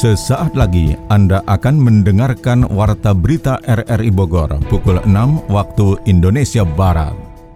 Sesaat lagi Anda akan mendengarkan Warta Berita RRI Bogor pukul 6 waktu Indonesia Barat.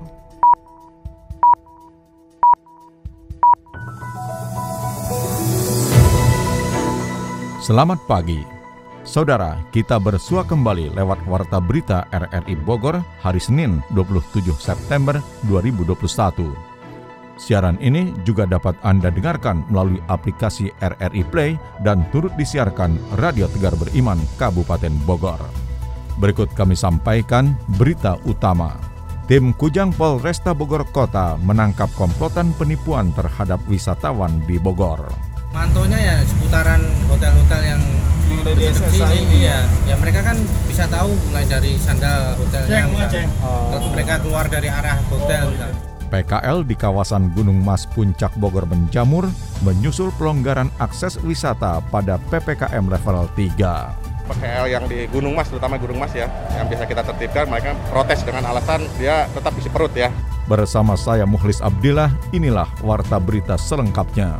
Selamat pagi. Saudara, kita bersua kembali lewat Warta Berita RRI Bogor hari Senin 27 September 2021. Siaran ini juga dapat Anda dengarkan melalui aplikasi RRI Play dan turut disiarkan Radio Tegar Beriman Kabupaten Bogor. Berikut kami sampaikan berita utama. Tim Kujang Polresta Bogor Kota menangkap komplotan penipuan terhadap wisatawan di Bogor. Mantonya ya seputaran hotel-hotel yang di sini ya mereka kan bisa tahu mulai dari sandal hotelnya, terus mereka keluar dari arah hotel. PKL di kawasan Gunung Mas Puncak Bogor menjamur menyusul pelonggaran akses wisata pada PPKM level 3. PKL yang di Gunung Mas, terutama Gunung Mas ya, yang bisa kita tertibkan, mereka protes dengan alasan dia tetap isi perut ya. Bersama saya Mukhlis Abdillah, inilah Warta Berita selengkapnya.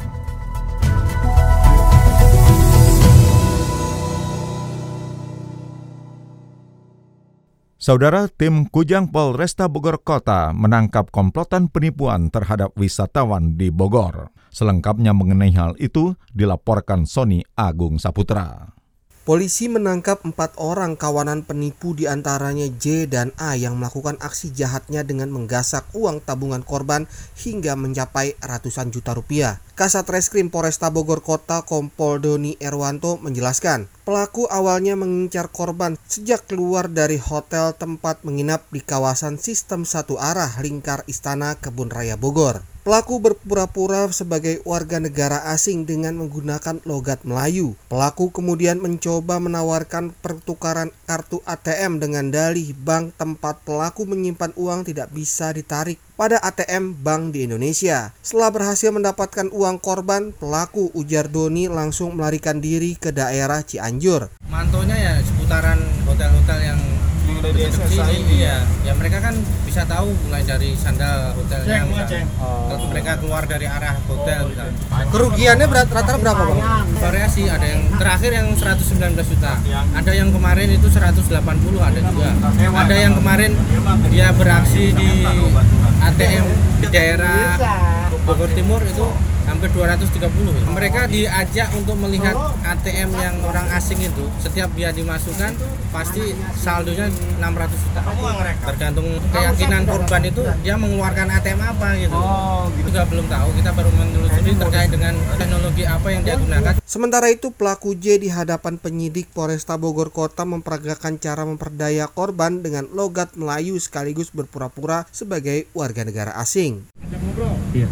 Saudara, tim Kujang Polresta Bogor Kota menangkap komplotan penipuan terhadap wisatawan di Bogor. Selengkapnya mengenai hal itu dilaporkan Sony Agung Saputra. Polisi menangkap 4 orang kawanan penipu diantaranya J dan A yang melakukan aksi jahatnya dengan menggasak uang tabungan korban hingga mencapai ratusan juta rupiah. Kasat Reskrim Polresta Bogor Kota Kompol Doni Erwanto menjelaskan, pelaku awalnya mengincar korban sejak keluar dari hotel tempat menginap di kawasan sistem satu arah lingkar Istana Kebun Raya Bogor. Pelaku berpura-pura sebagai warga negara asing dengan menggunakan logat Melayu. Pelaku kemudian mencoba menawarkan pertukaran kartu ATM dengan dalih bank tempat pelaku menyimpan uang tidak bisa ditarik pada ATM bank di Indonesia. Setelah berhasil mendapatkan uang korban, pelaku, ujar Doni, langsung melarikan diri ke daerah Cianjur. Mantonya ya seputaran hotel-hotel yang di sini ya mereka kan bisa tahu mulai dari sandal hotelnya, terus mereka keluar dari arah hotel. Kerugiannya rata-rata berapa, Bang? Variasi, ada yang terakhir yang 119 juta, ada yang kemarin itu 180 ada juga, ada yang kemarin dia beraksi di ATM di daerah Bogor Timur itu hampir 230. Mereka diajak untuk melihat ATM yang orang asing itu, setiap dia dimasukkan pasti saldonya 600 juta. Tergantung keyakinan korban itu dia mengeluarkan ATM apa gitu. Juga belum tahu, kita baru menelusuri terkait dengan teknologi apa yang dia gunakan. Sementara itu pelaku J di hadapan penyidik Polresta Bogor Kota memperagakan cara memperdaya korban dengan logat Melayu sekaligus berpura-pura sebagai warga negara asing. Iya.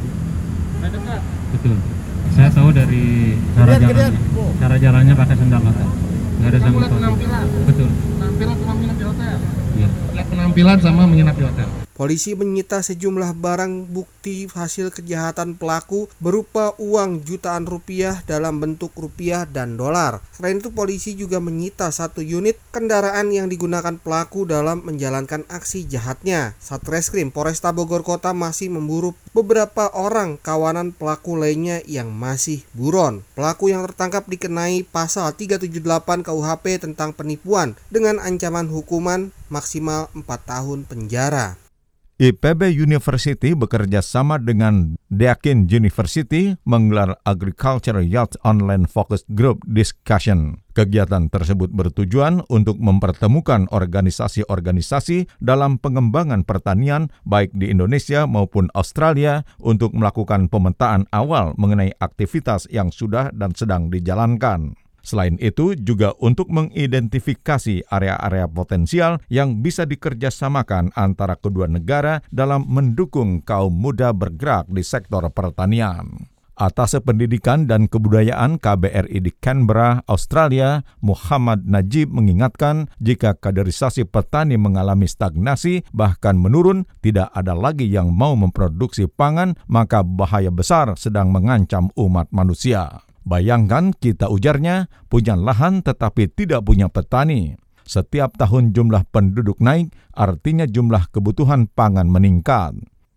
Betul. Saya tahu dari cara jalannya pakai sandal kata. Nggak ada sandal penampilan. Betul. Penampilan sama menginap di hotel. Iya. Penampilan sama menginap di hotel. Polisi menyita sejumlah barang bukti hasil kejahatan pelaku berupa uang jutaan rupiah dalam bentuk rupiah dan dolar. Selain itu polisi juga menyita 1 unit kendaraan yang digunakan pelaku dalam menjalankan aksi jahatnya. Satreskrim Polresta Bogor Kota masih memburu beberapa orang kawanan pelaku lainnya yang masih buron. Pelaku yang tertangkap dikenai pasal 378 KUHP tentang penipuan dengan ancaman hukuman maksimal 4 tahun penjara. IPB University bekerja sama dengan Deakin University menggelar Agriculture Youth Online Focus Group Discussion. Kegiatan tersebut bertujuan untuk mempertemukan organisasi-organisasi dalam pengembangan pertanian baik di Indonesia maupun Australia untuk melakukan pemetaan awal mengenai aktivitas yang sudah dan sedang dijalankan. Selain itu, juga untuk mengidentifikasi area-area potensial yang bisa dikerjasamakan antara kedua negara dalam mendukung kaum muda bergerak di sektor pertanian. Atase Pendidikan dan Kebudayaan KBRI di Canberra, Australia, Muhammad Najib mengingatkan jika kaderisasi petani mengalami stagnasi bahkan menurun, tidak ada lagi yang mau memproduksi pangan, maka bahaya besar sedang mengancam umat manusia. Bayangkan kita, ujarnya, punya lahan tetapi tidak punya petani. Setiap tahun jumlah penduduk naik, artinya jumlah kebutuhan pangan meningkat.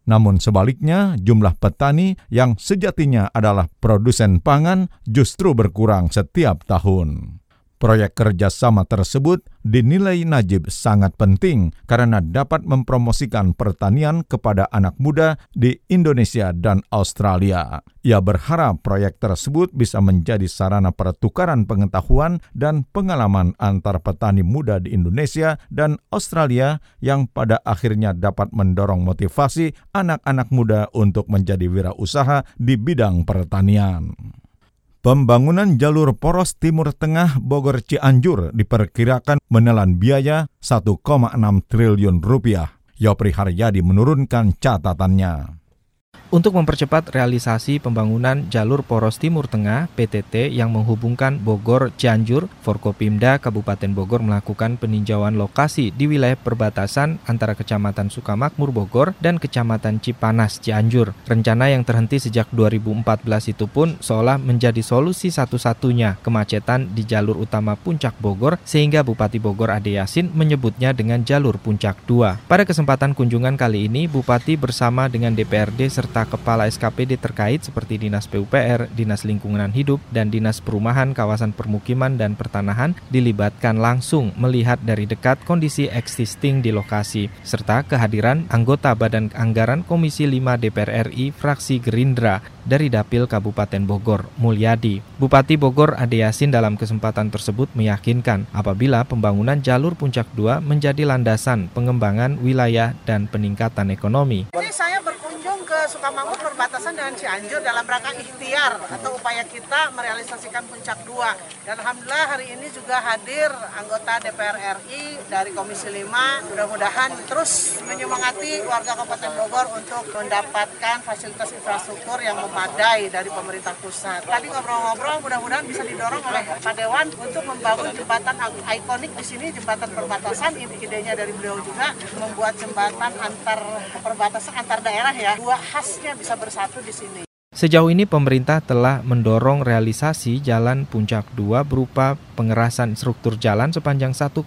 Namun sebaliknya, jumlah petani yang sejatinya adalah produsen pangan justru berkurang setiap tahun. Proyek kerjasama tersebut dinilai Najib sangat penting karena dapat mempromosikan pertanian kepada anak muda di Indonesia dan Australia. Ia berharap proyek tersebut bisa menjadi sarana pertukaran pengetahuan dan pengalaman antar petani muda di Indonesia dan Australia yang pada akhirnya dapat mendorong motivasi anak-anak muda untuk menjadi wirausaha di bidang pertanian. Pembangunan jalur poros Timur Tengah Bogor Cianjur diperkirakan menelan biaya 1,6 triliun rupiah. Yopri Haryadi menurunkan catatannya. Untuk mempercepat realisasi pembangunan jalur poros Timur Tengah (PTT) yang menghubungkan Bogor Cianjur, Forkopimda Kabupaten Bogor melakukan peninjauan lokasi di wilayah perbatasan antara Kecamatan Sukamakmur Bogor dan Kecamatan Cipanas Cianjur. Rencana yang terhenti sejak 2014 itu pun seolah menjadi solusi satu-satunya kemacetan di jalur utama Puncak Bogor, sehingga Bupati Bogor Ade Yasin menyebutnya dengan jalur Puncak 2. Pada kesempatan kunjungan kali ini, Bupati bersama dengan DPRD serta Kepala SKPD terkait seperti Dinas PUPR, Dinas Lingkungan Hidup, dan Dinas Perumahan, Kawasan Permukiman, dan Pertanahan dilibatkan langsung melihat dari dekat kondisi existing di lokasi, serta kehadiran anggota Badan Anggaran Komisi 5 DPR RI fraksi Gerindra dari Dapil Kabupaten Bogor, Mulyadi. Bupati Bogor Ade Yasin dalam kesempatan tersebut meyakinkan apabila pembangunan jalur Puncak 2 menjadi landasan pengembangan wilayah dan peningkatan ekonomi. Ini saya berkunjung ke Sukamakmur perbatasan dengan Cianjur dalam rangka ikhtiar atau upaya kita merealisasikan Puncak 2. Dan alhamdulillah hari ini juga hadir anggota DPR RI dari Komisi 5. Mudah-mudahan terus menyemangati warga Kabupaten Bogor untuk mendapatkan fasilitas infrastruktur yang memadai dari pemerintah pusat. Tadi ngobrol-ngobrol, mudah-mudahan bisa didorong oleh Pak Dewan untuk membangun jembatan ikonik di sini, jembatan perbatasan. Idenya dari beliau juga membuat jembatan antar perbatasan antar daerah ya. Dua khasnya bisa bersatu di sini. Sejauh ini pemerintah telah mendorong realisasi jalan Puncak 2 berupa pengerasan struktur jalan sepanjang 1,3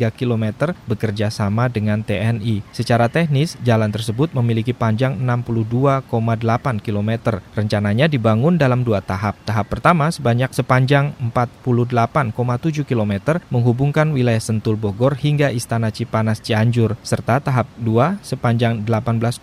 km bekerja sama dengan TNI. Secara teknis, jalan tersebut memiliki panjang 62,8 km. Rencananya dibangun dalam 2 tahap. Tahap pertama sepanjang 48,7 km menghubungkan wilayah Sentul Bogor hingga Istana Cipanas Cianjur, serta tahap 2 sepanjang 18,5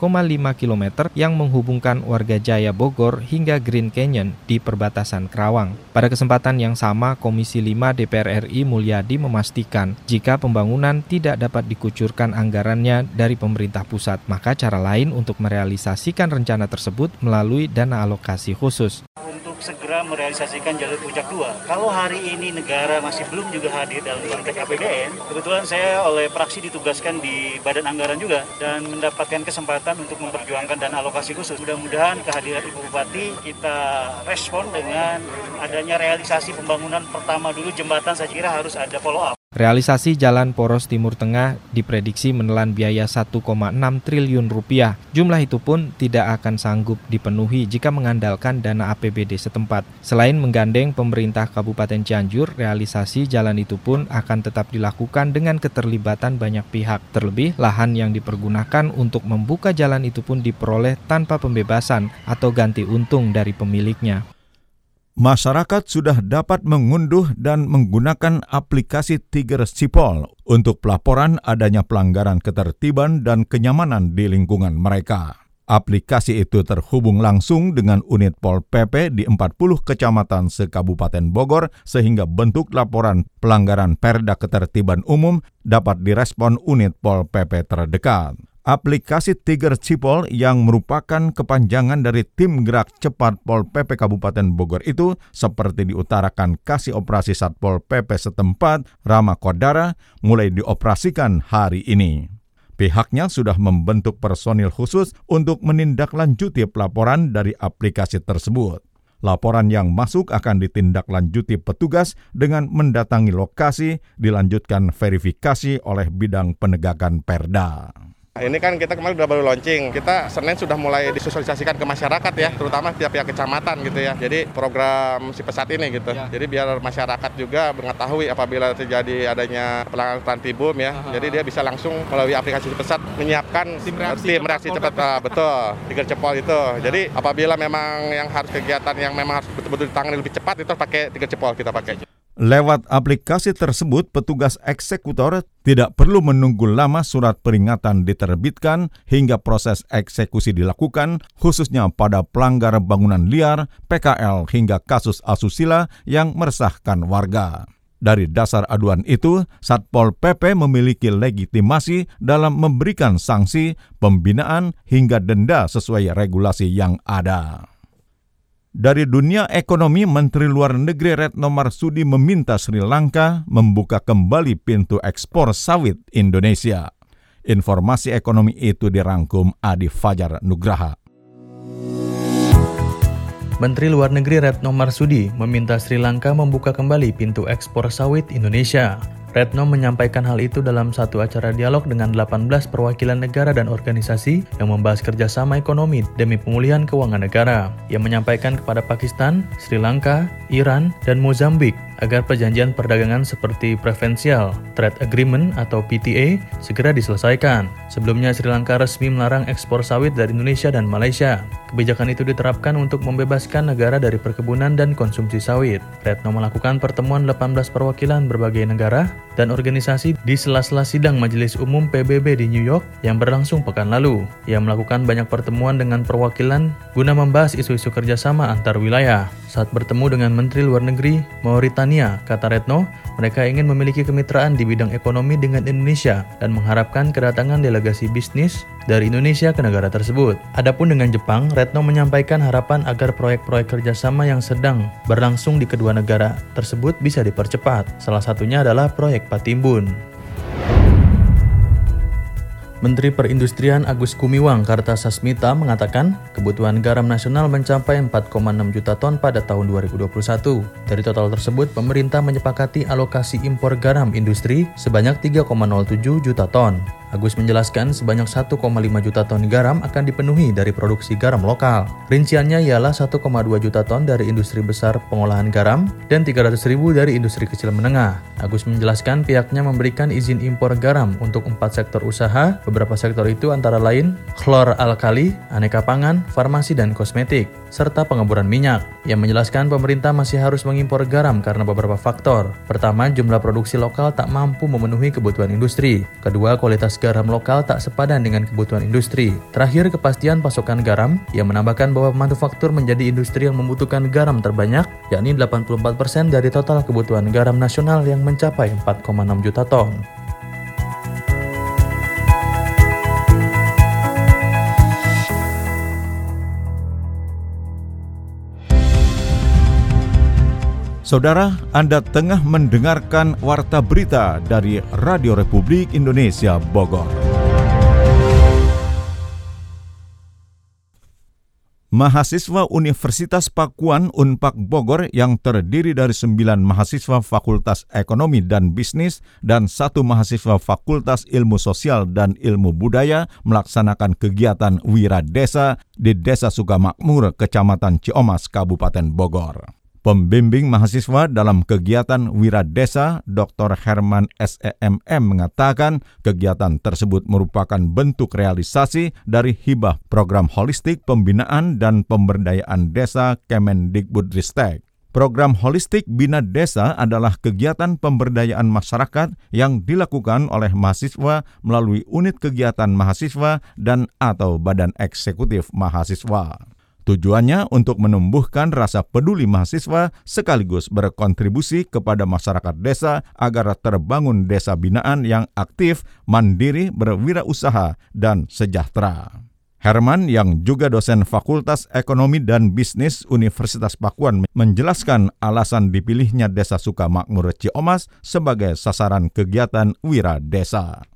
km yang menghubungkan Warga Jaya Bogor hingga Green Canyon di perbatasan Kerawang. Pada kesempatan yang sama, Komisi 5 DPR RI Mulyadi memastikan jika pembangunan tidak dapat dikucurkan anggarannya dari pemerintah pusat, maka cara lain untuk merealisasikan rencana tersebut melalui dana alokasi khusus. Untuk segera merealisasikan jalur Puncak 2. Kalau hari ini negara masih belum juga hadir dalam konteks APBN, kebetulan saya oleh praksi ditugaskan di Badan Anggaran juga dan mendapatkan kesempatan untuk memperjuangkan dana alokasi khusus. Mudah-mudahan kehadiran Ibu Bupati kita respon dengan adanya realisasi pembangunan pertama dulu jembatan, saya kira harus ada follow up. Realisasi Jalan Poros Timur Tengah diprediksi menelan biaya 1,6 triliun rupiah. Jumlah itu pun tidak akan sanggup dipenuhi jika mengandalkan dana APBD setempat. Selain menggandeng pemerintah Kabupaten Cianjur, realisasi jalan itu pun akan tetap dilakukan dengan keterlibatan banyak pihak. Terlebih, lahan yang dipergunakan untuk membuka jalan itu pun diperoleh tanpa pembebasan atau ganti untung dari pemiliknya. Masyarakat sudah dapat mengunduh dan menggunakan aplikasi Tiger Sipol untuk pelaporan adanya pelanggaran ketertiban dan kenyamanan di lingkungan mereka. Aplikasi itu terhubung langsung dengan unit Pol PP di 40 kecamatan se-Kabupaten Bogor sehingga bentuk laporan pelanggaran Perda Ketertiban Umum dapat direspon unit Pol PP terdekat. Aplikasi Tiger Sipol yang merupakan kepanjangan dari Tim Gerak Cepat Pol PP Kabupaten Bogor itu seperti diutarakan Kasih Operasi Satpol PP setempat, Rama Kodara, mulai dioperasikan hari ini. Pihaknya sudah membentuk personil khusus untuk menindaklanjuti pelaporan dari aplikasi tersebut. Laporan yang masuk akan ditindaklanjuti petugas dengan mendatangi lokasi, dilanjutkan verifikasi oleh bidang penegakan Perda. Ini kan kita kemarin udah baru launching. Kita Senin sudah mulai disosialisasikan ke masyarakat ya, terutama pihak-pihak kecamatan gitu ya. Jadi program Si Pesat ini gitu. Jadi biar masyarakat juga mengetahui apabila terjadi adanya pelanggaran tibum ya. Jadi dia bisa langsung melalui aplikasi Si Pesat menyiapkan tim reaksi cepat. Betul, Tiger Cepol itu. Jadi apabila memang yang harus kegiatan yang memang harus betul-betul ditangani lebih cepat itu pakai Tiger Cepol kita pakai. Lewat aplikasi tersebut, petugas eksekutor tidak perlu menunggu lama surat peringatan diterbitkan hingga proses eksekusi dilakukan, khususnya pada pelanggar bangunan liar, PKL hingga kasus asusila yang meresahkan warga. Dari dasar aduan itu, Satpol PP memiliki legitimasi dalam memberikan sanksi, pembinaan, hingga denda sesuai regulasi yang ada. Dari dunia ekonomi, Menteri Luar Negeri Retno Marsudi meminta Sri Lanka membuka kembali pintu ekspor sawit Indonesia. Informasi ekonomi itu dirangkum Adi Fajar Nugraha. Menteri Luar Negeri Retno Marsudi meminta Sri Lanka membuka kembali pintu ekspor sawit Indonesia. Retno menyampaikan hal itu dalam satu acara dialog dengan 18 perwakilan negara dan organisasi yang membahas kerjasama ekonomi demi pemulihan keuangan negara. Ia menyampaikan kepada Pakistan, Sri Lanka, Iran, dan Mozambik agar perjanjian perdagangan seperti Preferential Trade Agreement atau PTA segera diselesaikan. Sebelumnya, Sri Lanka resmi melarang ekspor sawit dari Indonesia dan Malaysia. Kebijakan itu diterapkan untuk membebaskan negara dari perkebunan dan konsumsi sawit. Retno melakukan pertemuan 18 perwakilan berbagai negara dan organisasi di sela-sela sidang Majelis Umum PBB di New York yang berlangsung pekan lalu. Ia melakukan banyak pertemuan dengan perwakilan guna membahas isu-isu kerjasama antar wilayah. Saat bertemu dengan Menteri Luar Negeri Mauritania, kata Retno, mereka ingin memiliki kemitraan di bidang ekonomi dengan Indonesia dan mengharapkan kedatangan delegasi bisnis dari Indonesia ke negara tersebut. Adapun dengan Jepang, Retno menyampaikan harapan agar proyek-proyek kerjasama yang sedang berlangsung di kedua negara tersebut bisa dipercepat. Salah satunya adalah proyek Patimbun. Menteri Perindustrian Agus Gumiwang Kartasasmita mengatakan kebutuhan garam nasional mencapai 4,6 juta ton pada tahun 2021. Dari total tersebut, pemerintah menyepakati alokasi impor garam industri sebanyak 3,07 juta ton. Agus menjelaskan sebanyak 1,5 juta ton garam akan dipenuhi dari produksi garam lokal. Rinciannya ialah 1,2 juta ton dari industri besar pengolahan garam dan 300.000 dari industri kecil menengah. Agus menjelaskan pihaknya memberikan izin impor garam untuk 4 sektor usaha. Beberapa sektor itu antara lain klor-alkali, aneka pangan, farmasi dan kosmetik, serta pengemburan minyak. Yang menjelaskan pemerintah masih harus mengimpor garam karena beberapa faktor. Pertama, jumlah produksi lokal tak mampu memenuhi kebutuhan industri. Kedua, kualitas garam lokal tak sepadan dengan kebutuhan industri. Terakhir, kepastian pasokan garam. Ia menambahkan bahwa manufaktur menjadi industri yang membutuhkan garam terbanyak, yakni 84% dari total kebutuhan garam nasional yang mencapai 4,6 juta ton. Saudara, Anda tengah mendengarkan Warta Berita dari Radio Republik Indonesia Bogor. Mahasiswa Universitas Pakuan Unpak Bogor yang terdiri dari 9 mahasiswa Fakultas Ekonomi dan Bisnis dan 1 mahasiswa Fakultas Ilmu Sosial dan Ilmu Budaya melaksanakan kegiatan Wira Desa di Desa Sukamakmur, Kecamatan Ciomas, Kabupaten Bogor. Pembimbing mahasiswa dalam kegiatan Wira Desa, Dr. Herman SEMM mengatakan kegiatan tersebut merupakan bentuk realisasi dari hibah program holistik pembinaan dan pemberdayaan desa Kemendikbudristek. Program holistik Bina Desa adalah kegiatan pemberdayaan masyarakat yang dilakukan oleh mahasiswa melalui unit kegiatan mahasiswa dan atau badan eksekutif mahasiswa. Tujuannya untuk menumbuhkan rasa peduli mahasiswa sekaligus berkontribusi kepada masyarakat desa agar terbangun desa binaan yang aktif, mandiri, berwirausaha, dan sejahtera. Herman yang juga dosen Fakultas Ekonomi dan Bisnis Universitas Pakuan menjelaskan alasan dipilihnya Desa Sukamakmur Ciomas sebagai sasaran kegiatan Wira Desa.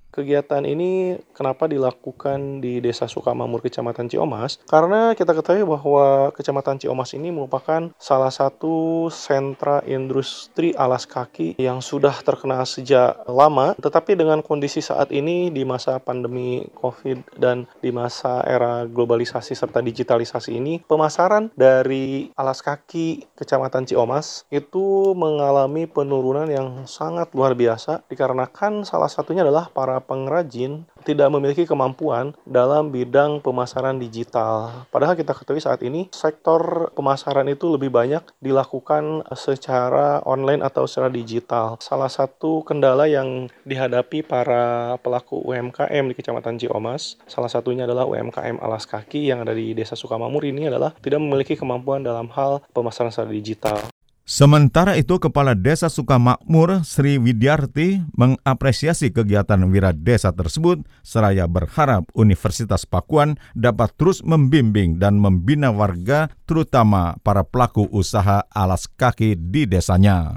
Kegiatan ini kenapa dilakukan di Desa Sukamakmur, Kecamatan Ciomas? Karena kita ketahui bahwa Kecamatan Ciomas ini merupakan salah satu sentra industri alas kaki yang sudah terkenal sejak lama, tetapi dengan kondisi saat ini di masa pandemi COVID dan di masa era globalisasi serta digitalisasi ini, pemasaran dari alas kaki Kecamatan Ciomas itu mengalami penurunan yang sangat luar biasa, dikarenakan salah satunya adalah para pengrajin tidak memiliki kemampuan dalam bidang pemasaran digital. Padahal kita ketahui saat ini sektor pemasaran itu lebih banyak dilakukan secara online atau secara digital. Salah satu kendala yang dihadapi para pelaku UMKM di Kecamatan Ciomas, salah satunya adalah UMKM alas kaki yang ada di Desa Sukamakmur ini adalah tidak memiliki kemampuan dalam hal pemasaran secara digital. Sementara itu, Kepala Desa Sukamakmur Sri Widyarti mengapresiasi kegiatan Wira Desa tersebut seraya berharap Universitas Pakuan dapat terus membimbing dan membina warga, terutama para pelaku usaha alas kaki di desanya.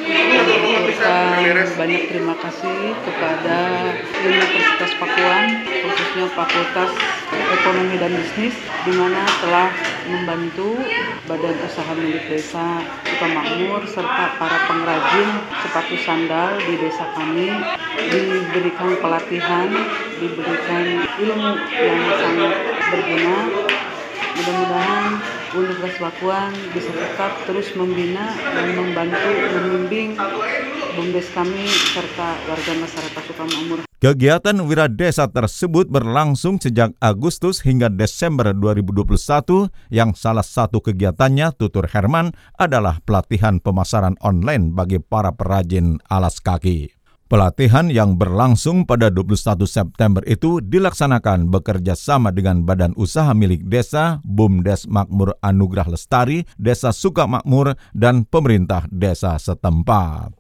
Banyak terima kasih kepada Universitas Pakuan, khususnya Fakultas Ekonomi dan Bisnis, di mana telah membantu Badan Usaha Milik Desa Sukamakmur serta para pengrajin sepatu sandal di desa kami diberikan pelatihan, diberikan ilmu yang sangat berguna. Mudah-mudahan Universitas Pakuan bisa tetap terus membina dan membantu membimbing BUMDes kami serta warga masyarakat Sukamakmur. Kegiatan Wira Desa tersebut berlangsung sejak Agustus hingga Desember 2021 yang salah satu kegiatannya, Tutur Herman, adalah pelatihan pemasaran online bagi para perajin alas kaki. Pelatihan yang berlangsung pada 21 September itu dilaksanakan bekerja sama dengan Badan Usaha Milik Desa, BUMDes Makmur Anugrah Lestari, Desa Sukamakmur, dan pemerintah desa setempat.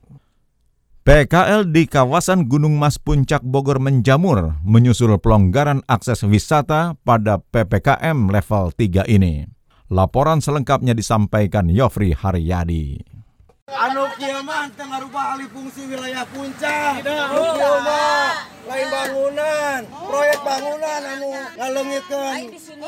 PKL di kawasan Gunung Mas Puncak Bogor menjamur menyusul pelonggaran akses wisata pada PPKM level 3 ini. Laporan selengkapnya disampaikan Yofri Haryadi. Anu kieu mah teu ngarupa alih fungsi wilayah puncak. Anu kieu mah lain bangunan, proyek bangunan anu ngaleungitkeun.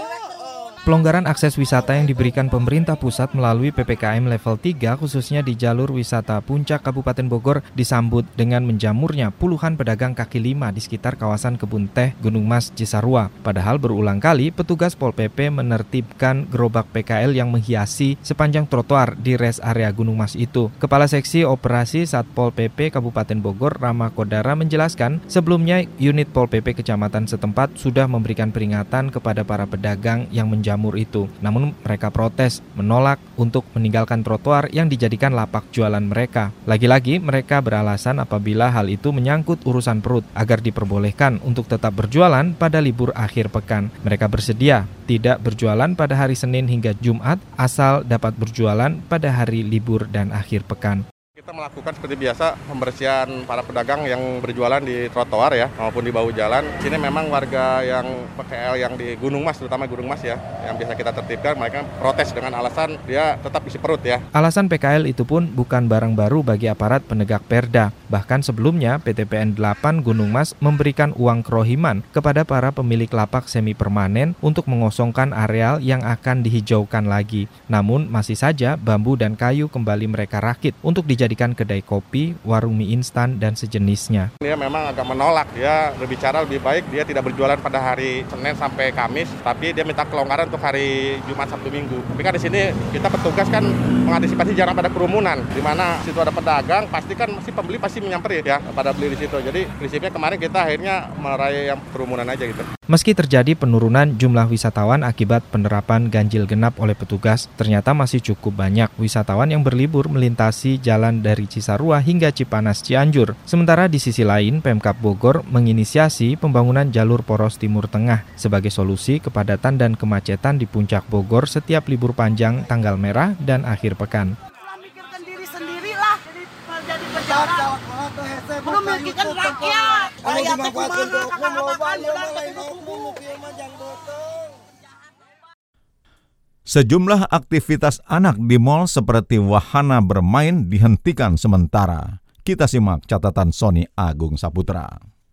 Pelonggaran akses wisata yang diberikan pemerintah pusat melalui PPKM level 3 khususnya di jalur wisata Puncak Kabupaten Bogor disambut dengan menjamurnya puluhan pedagang kaki lima di sekitar kawasan kebun teh Gunung Mas Cisarua. Padahal berulang kali petugas Pol PP menertibkan gerobak PKL yang menghiasi sepanjang trotoar di res area Gunung Mas itu. Kepala Seksi Operasi Satpol PP Kabupaten Bogor Rama Kodara menjelaskan sebelumnya unit Pol PP Kecamatan setempat sudah memberikan peringatan kepada para pedagang yang menjamur itu. Namun mereka protes, menolak untuk meninggalkan trotoar yang dijadikan lapak jualan mereka. Lagi-lagi mereka beralasan apabila hal itu menyangkut urusan perut agar diperbolehkan untuk tetap berjualan pada libur akhir pekan. Mereka bersedia tidak berjualan pada hari Senin hingga Jumat asal dapat berjualan pada hari libur dan akhir pekan. Kita melakukan seperti biasa pembersihan para pedagang yang berjualan di trotoar ya maupun di bahu jalan. Sini memang warga yang PKL yang di Gunung Mas, terutama Gunung Mas ya, yang biasa kita tertibkan, mereka protes dengan alasan dia tetap isi perut ya. Alasan PKL itu pun bukan barang baru bagi aparat penegak perda. Bahkan sebelumnya PTPN 8 Gunung Mas memberikan uang kerohiman kepada para pemilik lapak semi permanen untuk mengosongkan areal yang akan dihijaukan lagi. Namun masih saja bambu dan kayu kembali mereka rakit untuk dijadikan kedai kopi, warung mie instan, dan sejenisnya. Dia memang agak menolak, dia berbicara lebih baik dia tidak berjualan pada hari Senin sampai Kamis, tapi dia minta kelonggaran untuk hari Jumat, Sabtu, Minggu. Tapi kan di sini kita petugas kan mengantisipasi jangan pada kerumunan, di mana situ ada pedagang, pasti kan pembeli pasti menyamperin ya pada beli di situ. Jadi prinsipnya kemarin kita akhirnya meraih yang kerumunan aja gitu. Meski terjadi penurunan jumlah wisatawan akibat penerapan ganjil genap oleh petugas, ternyata masih cukup banyak wisatawan yang berlibur melintasi jalan dari Cisarua hingga Cipanas Cianjur. Sementara di sisi lain, Pemkab Bogor menginisiasi pembangunan jalur poros Timur Tengah sebagai solusi kepadatan dan kemacetan di Puncak Bogor setiap libur panjang tanggal merah dan akhir pekan. Memikirkan diri sendirilah, jadi pejabat. Belum memikirkan rakyat. Rakyat kumaha kakak-kakak Sejumlah aktivitas anak di mal seperti wahana bermain dihentikan sementara. Kita simak catatan Sony Agung Saputra.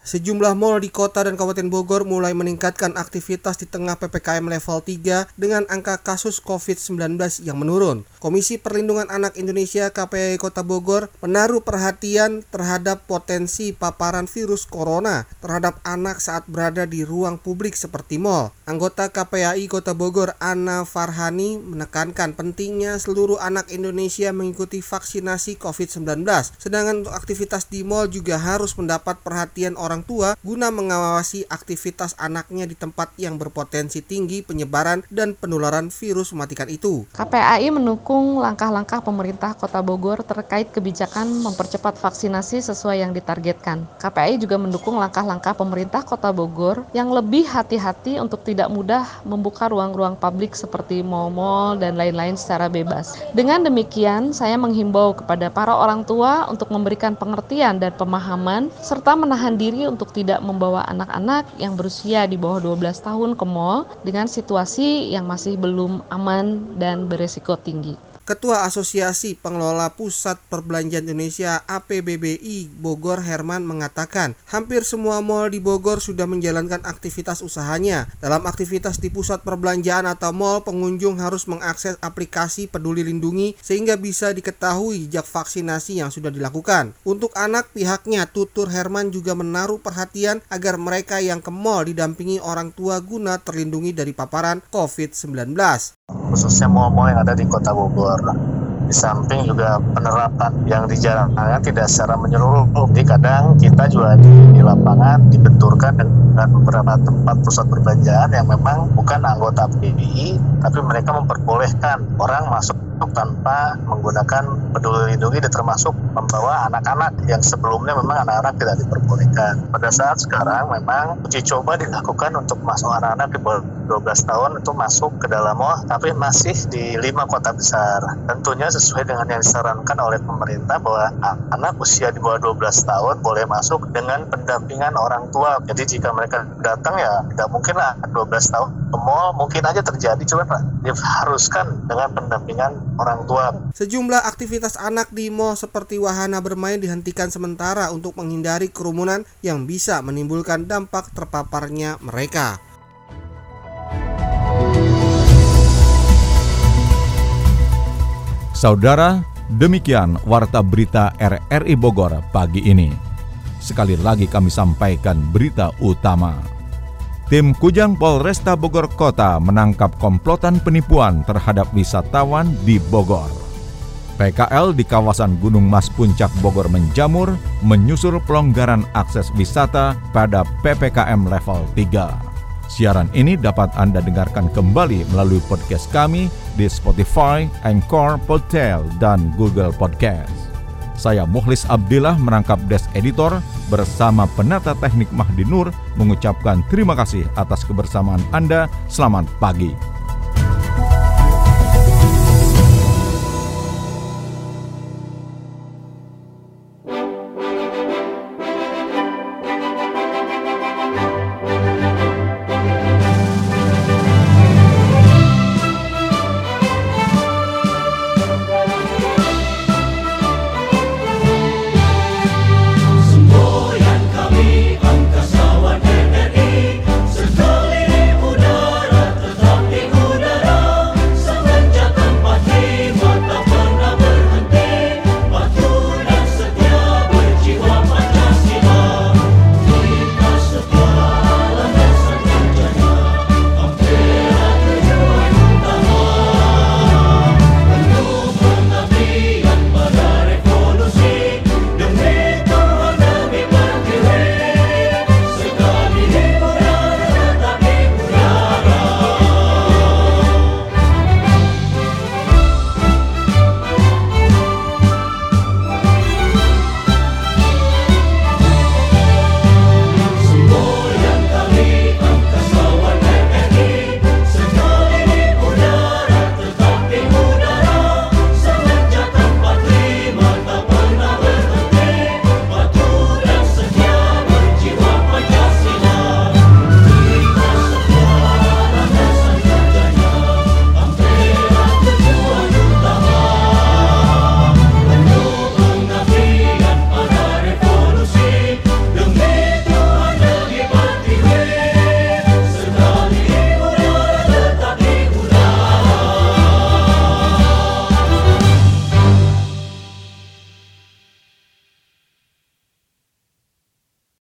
Sejumlah mal di kota dan Kabupaten Bogor mulai meningkatkan aktivitas di tengah PPKM level 3 dengan angka kasus COVID-19 yang menurun. Komisi Perlindungan Anak Indonesia KPAI Kota Bogor menaruh perhatian terhadap potensi paparan virus corona terhadap anak saat berada di ruang publik seperti mal. Anggota KPAI Kota Bogor Ana Farhani menekankan pentingnya seluruh anak Indonesia mengikuti vaksinasi COVID-19. Sedangkan untuk aktivitas di mal juga harus mendapat perhatian orang tua guna mengawasi aktivitas anaknya di tempat yang berpotensi tinggi penyebaran dan penularan virus mematikan itu. KPAI mendukung langkah-langkah pemerintah Kota Bogor terkait kebijakan mempercepat vaksinasi sesuai yang ditargetkan. KPAI juga mendukung langkah-langkah pemerintah Kota Bogor yang lebih hati-hati untuk tidak mudah membuka ruang-ruang publik seperti mal-mal dan lain-lain secara bebas. Dengan demikian, saya menghimbau kepada para orang tua untuk memberikan pengertian dan pemahaman serta menahan diri untuk tidak membawa anak-anak yang berusia di bawah 12 tahun ke mal dengan situasi yang masih belum aman dan beresiko tinggi. Ketua Asosiasi Pengelola Pusat Perbelanjaan Indonesia APBBI Bogor Herman mengatakan hampir semua mal di Bogor sudah menjalankan aktivitas usahanya. Dalam aktivitas di pusat perbelanjaan atau mal, pengunjung harus mengakses aplikasi Peduli Lindungi sehingga bisa diketahui jejak vaksinasi yang sudah dilakukan. Untuk anak, pihaknya Tutur Herman juga menaruh perhatian agar mereka yang ke mal didampingi orang tua guna terlindungi dari paparan COVID-19. Khususnya mal-mal yang ada di Kota Bogor. Di samping juga penerapan yang dijalankan tidak secara menyeluruh. Jadi kadang kita juga di lapangan dibenturkan dengan beberapa tempat pusat perbelanjaan yang memang bukan anggota PBI, tapi mereka memperbolehkan orang masuk tanpa menggunakan Peduli Lindungi dan termasuk membawa anak-anak yang sebelumnya memang anak-anak tidak diperbolehkan. Pada saat sekarang memang uji coba dilakukan untuk masuk anak-anak di bawah 12 tahun untuk masuk ke dalam mall, tapi masih di 5 kota besar. Tentunya sesuai dengan yang disarankan oleh pemerintah bahwa anak usia di bawah 12 tahun boleh masuk dengan pendampingan orang tua. Jadi jika mereka datang ya tidak mungkin lah 12 tahun ke mall, mungkin aja terjadi, cuma diharuskan dengan pendampingan orang tua. Sejumlah aktivitas anak di mal seperti wahana bermain dihentikan sementara untuk menghindari kerumunan yang bisa menimbulkan dampak terpaparnya mereka. Saudara, demikian Warta Berita RRI Bogor pagi ini. Sekali lagi kami sampaikan berita utama. Tim Kujang Polresta Bogor Kota menangkap komplotan penipuan terhadap wisatawan di Bogor. PKL di kawasan Gunung Mas Puncak Bogor menjamur menyusul pelonggaran akses wisata pada PPKM level 3. Siaran ini dapat Anda dengarkan kembali melalui podcast kami di Spotify, Anchor, Podtail, dan Google Podcast. Saya Mukhlis Abdillah merangkap desk editor bersama penata teknik Mahdi Nur mengucapkan terima kasih atas kebersamaan Anda. Selamat pagi.